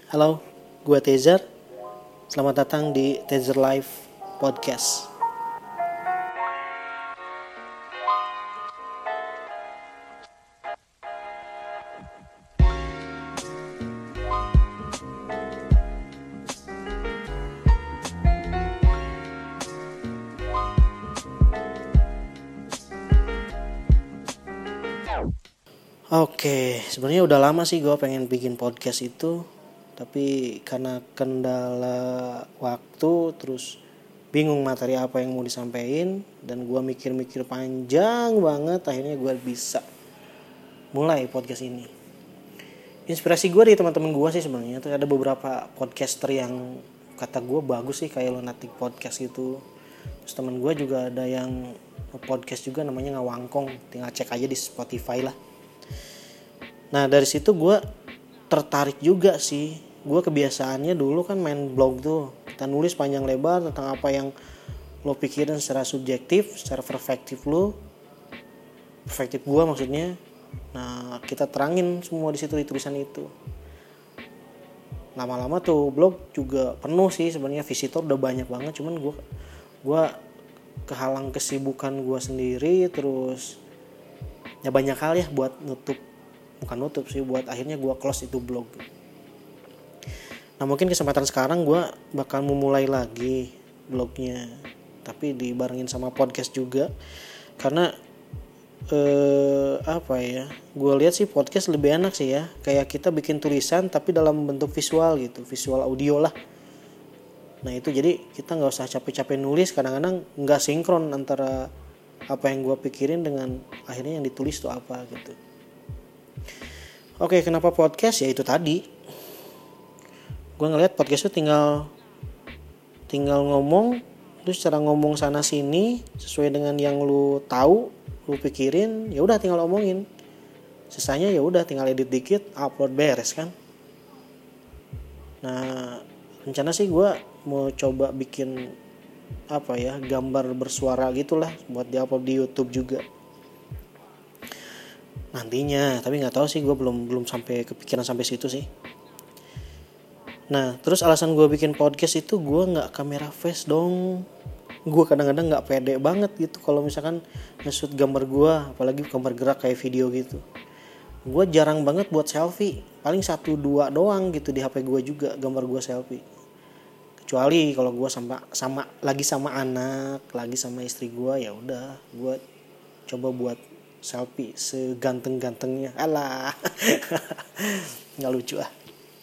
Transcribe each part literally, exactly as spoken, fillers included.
Halo, gue Tezer. Selamat datang di Tezer Live Podcast. Oke, sebenarnya udah lama sih gue pengen bikin podcast itu, tapi karena kendala waktu, terus bingung materi apa yang mau disampaikan, dan gue mikir-mikir panjang banget, akhirnya gue bisa mulai podcast ini. Inspirasi gue dari teman-teman gue sih sebenarnya, tuh ada beberapa podcaster yang kata gue bagus sih, kayak Lunatic Podcast gitu. Terus teman gue juga ada yang podcast juga namanya Ngawangkong, tinggal cek aja di Spotify lah. Nah dari situ gue tertarik juga sih. Gue kebiasaannya dulu kan main blog tuh, kita nulis panjang lebar tentang apa yang lo pikirin secara subjektif, secara perspektif lo, perspektif gue maksudnya. Nah kita terangin semua di situ di tulisan itu. Lama-lama tuh blog juga penuh sih sebenarnya, visitor udah banyak banget, cuman gue gue kehalang kesibukan gue sendiri, terus ya banyak hal ya buat nutup. Bukan nutup sih, buat akhirnya gue close itu blog. Nah mungkin kesempatan sekarang gue bakal memulai lagi blognya, tapi dibarengin sama podcast juga. Karena eh, apa ya, gue lihat sih podcast lebih enak sih ya, kayak kita bikin tulisan tapi dalam bentuk visual gitu, visual audio lah. Nah itu jadi kita nggak usah capek-capek nulis, kadang-kadang nggak sinkron antara apa yang gue pikirin dengan akhirnya yang ditulis tuh apa gitu. Oke, kenapa podcast? Ya itu tadi. Gue ngeliat podcast itu tinggal tinggal ngomong, terus cara ngomong sana sini sesuai dengan yang lu tahu, lu pikirin, ya udah tinggal omongin. Sisanya ya udah tinggal edit dikit, upload, beres kan. Nah, rencana sih gue mau coba bikin apa ya, gambar bersuara gitulah buat diupload di YouTube juga nantinya, tapi nggak tahu sih, gue belum belum sampai kepikiran sampai situ sih. Nah terus alasan gue bikin podcast itu, gue nggak kamera face dong. Gue kadang-kadang nggak pede banget gitu kalau misalkan nge-shoot gambar gue, apalagi gambar gerak kayak video gitu. Gue jarang banget buat selfie, paling satu dua doang gitu di H P gue juga gambar gue selfie. Kecuali kalau gue sama sama lagi sama anak, lagi sama istri gue, ya udah gue coba buat selfie seganteng-gantengnya. Alah nggak lucu ah.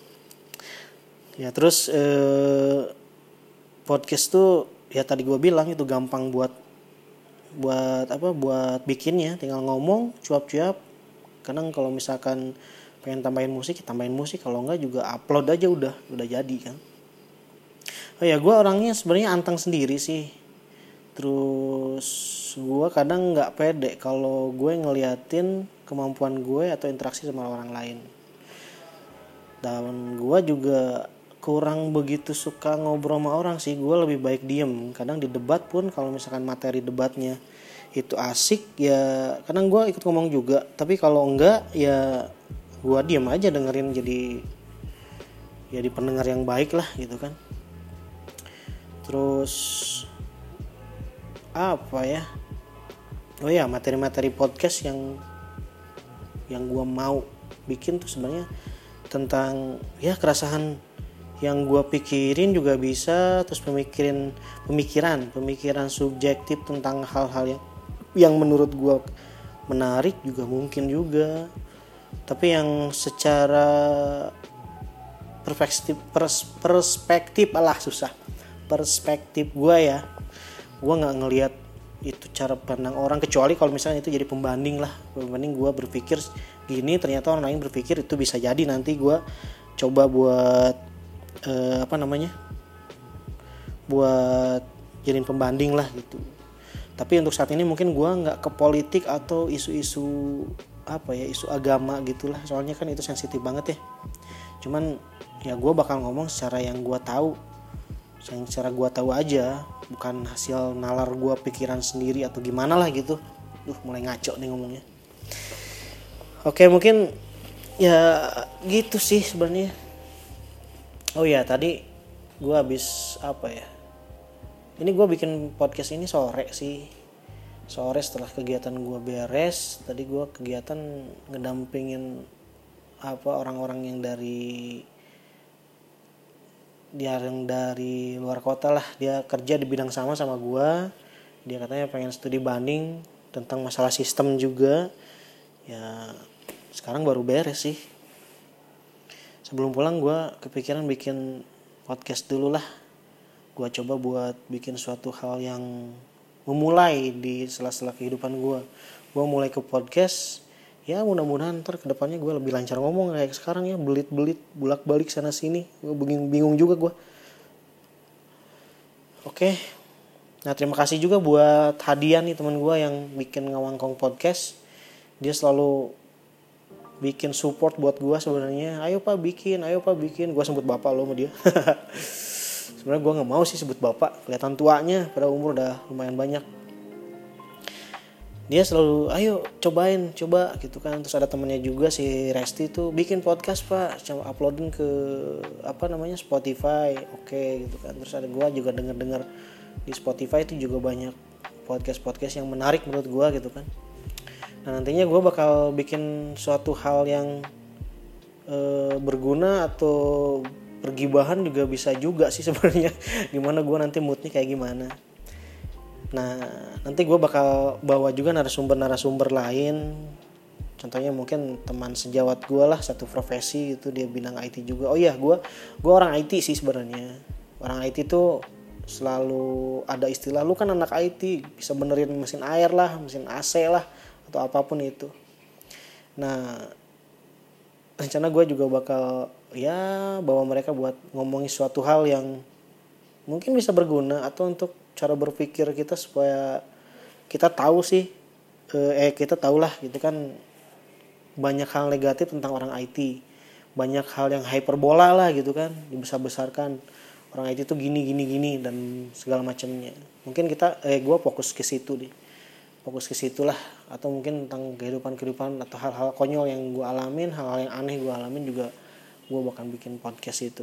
Ya terus eh, podcast tuh ya tadi gue bilang itu gampang buat buat apa buat bikinnya, tinggal ngomong cuap-cuap. Kadang kalau misalkan pengen tambahin musik, tambahin musik, kalau enggak juga upload aja udah udah jadi kan. Oh ya, gue orangnya sebenarnya anteng sendiri sih. Terus gue kadang nggak pede kalau gue ngeliatin kemampuan gue atau interaksi sama orang lain. Dan gue juga kurang begitu suka ngobrol sama orang sih. Gue lebih baik diem. Kadang di debat pun kalau misalkan materi debatnya itu asik, ya kadang gue ikut ngomong juga. Tapi kalau enggak ya gue diem aja dengerin, jadi jadi pendengar yang baik lah gitu kan. Terus apa ya, oh ya materi-materi podcast yang yang gue mau bikin tuh sebenarnya tentang ya keresahan yang gue pikirin juga bisa, terus pemikiran pemikiran pemikiran subjektif tentang hal-hal yang yang menurut gue menarik juga mungkin juga, tapi yang secara perspektif pers, perspektif alah susah perspektif gue ya, gue nggak ngelihat itu cara pandang orang, kecuali kalau misalnya itu jadi pembanding lah, pembanding gue berpikir gini ternyata orang lain berpikir itu, bisa jadi nanti gue coba buat eh, apa namanya buat jadiin pembanding lah gitu. Tapi untuk saat ini mungkin gue nggak ke politik atau isu-isu apa ya, isu agama gitulah, soalnya kan itu sensitif banget ya. Cuman ya gue bakal ngomong secara yang gue tahu, yang secara gue tahu aja, bukan hasil nalar gue pikiran sendiri atau gimana lah gitu. Duh mulai ngaco nih ngomongnya. Oke mungkin ya gitu sih sebenarnya. Oh iya, tadi gue habis apa ya? Ini gue bikin podcast ini sore sih. Sore setelah kegiatan gue beres, tadi gue kegiatan ngedampingin apa orang-orang yang dari dia yang dari luar kota lah, dia kerja di bidang sama sama gue. Dia katanya pengen studi banding tentang masalah sistem juga. Ya sekarang baru beres sih. Sebelum pulang gue kepikiran bikin podcast dulu lah. Gue coba buat bikin suatu hal yang memulai di sela-sela kehidupan gue. Gue mulai ke podcast. Ya mudah-mudahan ntar kedepannya gue lebih lancar ngomong kayak sekarang ya. Belit-belit, bolak-balik sana sini. Gue bingung, bingung juga gue. Oke. Nah terima kasih juga buat Hadian nih teman gue yang bikin Ngawangkong Podcast. Dia selalu bikin support buat gue sebenarnya. Ayo pak bikin, ayo pak bikin. Gue sebut bapak lo sama dia. Sebenarnya gue nggak mau sih sebut bapak, kelihatan tuanya. Pada umur udah lumayan banyak. Dia selalu, ayo cobain, coba gitu kan. Terus ada temennya juga si Resti tuh bikin podcast pak, coba uploadin ke apa namanya Spotify, oke gitu kan. Terus ada gue juga denger-denger di Spotify itu juga banyak podcast-podcast yang menarik menurut gue gitu kan. Nah nantinya gue bakal bikin suatu hal yang e, berguna atau pergibahan juga bisa juga sih sebenarnya. Gimana gue nanti moodnya kayak gimana. Nah nanti gue bakal bawa juga narasumber-narasumber lain. Contohnya mungkin teman sejawat gue lah, satu profesi gitu, dia bidang I T juga. Oh iya gue gue orang I T sih sebenarnya. Orang I T tuh selalu ada istilah, lu kan anak I T bisa benerin mesin air lah, mesin A C lah, atau apapun itu. Nah rencana gue juga bakal ya bawa mereka buat ngomongin suatu hal yang mungkin bisa berguna atau untuk cara berpikir kita supaya kita tahu sih eh kita tahulah gitu kan, banyak hal negatif tentang orang I T, banyak hal yang hyperbola lah gitu kan, dibesar-besarkan orang I T tuh gini gini gini dan segala macamnya. Mungkin kita eh gue fokus ke situ deh. Fokus ke situ lah, atau mungkin tentang kehidupan-kehidupan atau hal-hal konyol yang gue alamin, hal-hal yang aneh gue alamin juga gue bakal bikin podcast itu.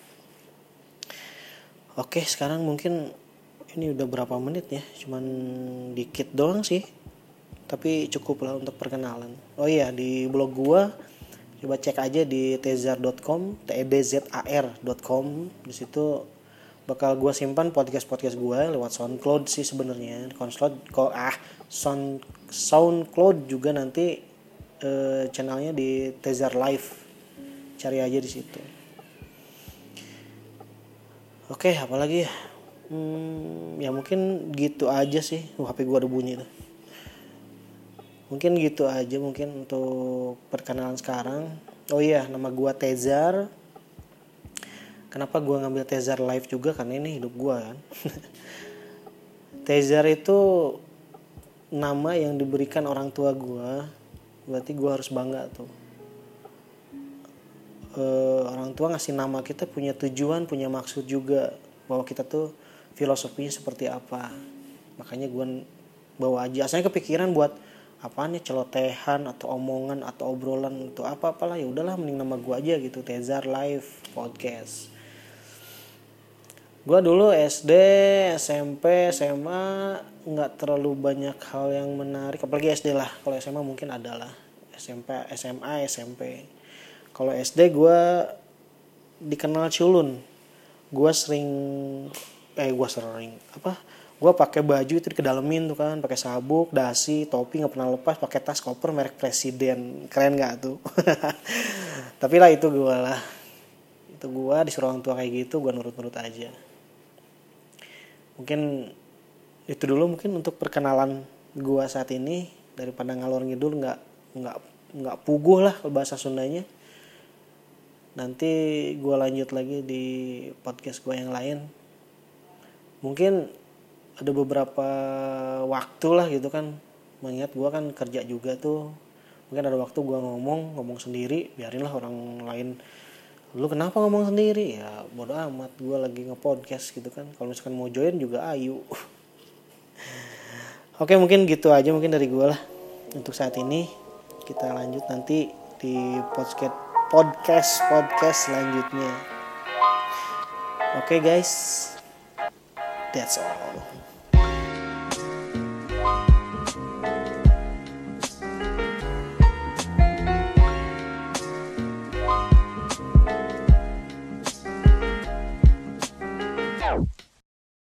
Oke, sekarang mungkin ini udah berapa menit ya, cuman dikit doang sih, tapi cukup lah untuk perkenalan. Oh iya, di blog gue coba cek aja di tezar dot com, t e d z a r dot com. Di situ bakal gue simpan podcast-podcast gue lewat SoundCloud sih sebenarnya. SoundCloud kok ah Sound SoundCloud juga nanti eh, channelnya di Tezar Live. Cari aja di situ. Oke, apalagi ya? Hmm, ya mungkin gitu aja sih. Uh, H P gue ada bunyi tuh. Mungkin gitu aja mungkin untuk perkenalan sekarang. Oh iya, nama gue Tezar. Kenapa gue ngambil Tezar Live juga? Karena ini hidup gue kan. Tezar itu nama yang diberikan orang tua gue. Berarti gue harus bangga tuh. E, orang tua ngasih nama kita punya tujuan, punya maksud juga. Bahwa kita tuh filosofinya seperti apa. Makanya gue bawa aja. Asalnya kepikiran buat apaan ya, celotehan atau omongan atau obrolan atau apa-apalah. Ya udahlah mending nama gue aja gitu. Tezar Live Podcast. Gue dulu S D, S M P, S M A nggak terlalu banyak hal yang menarik, apalagi S D lah. Kalau S M A mungkin ada lah. S M P, S M A, S M P. Kalau S D gue dikenal culun. Gue sering, eh gue sering apa? Gue pakai baju itu dikedalemin tuh kan, pakai sabuk, dasi, topi nggak pernah lepas, pakai tas koper merek Presiden, keren nggak tuh? Tapi lah itu gue lah. Itu gue disuruh orang tua kayak gitu, gue nurut-nurut aja. Mungkin itu dulu mungkin untuk perkenalan gue saat ini, daripada ngalor ngidul nggak nggak nggak puguh lah bahasa Sundanya. Nanti gue lanjut lagi di podcast gue yang lain. Mungkin ada beberapa waktu lah gitu kan, mengingat gue kan kerja juga tuh. Mungkin ada waktu gue ngomong ngomong sendiri, biarinlah orang lain. Lu kenapa ngomong sendiri? Ya bodo amat, gue lagi nge-podcast gitu kan. Kalau misalkan mau join juga ayo. Oke, mungkin gitu aja mungkin dari gue lah untuk saat ini. Kita lanjut nanti di podcast podcast podcast selanjutnya. Oke guys, that's all.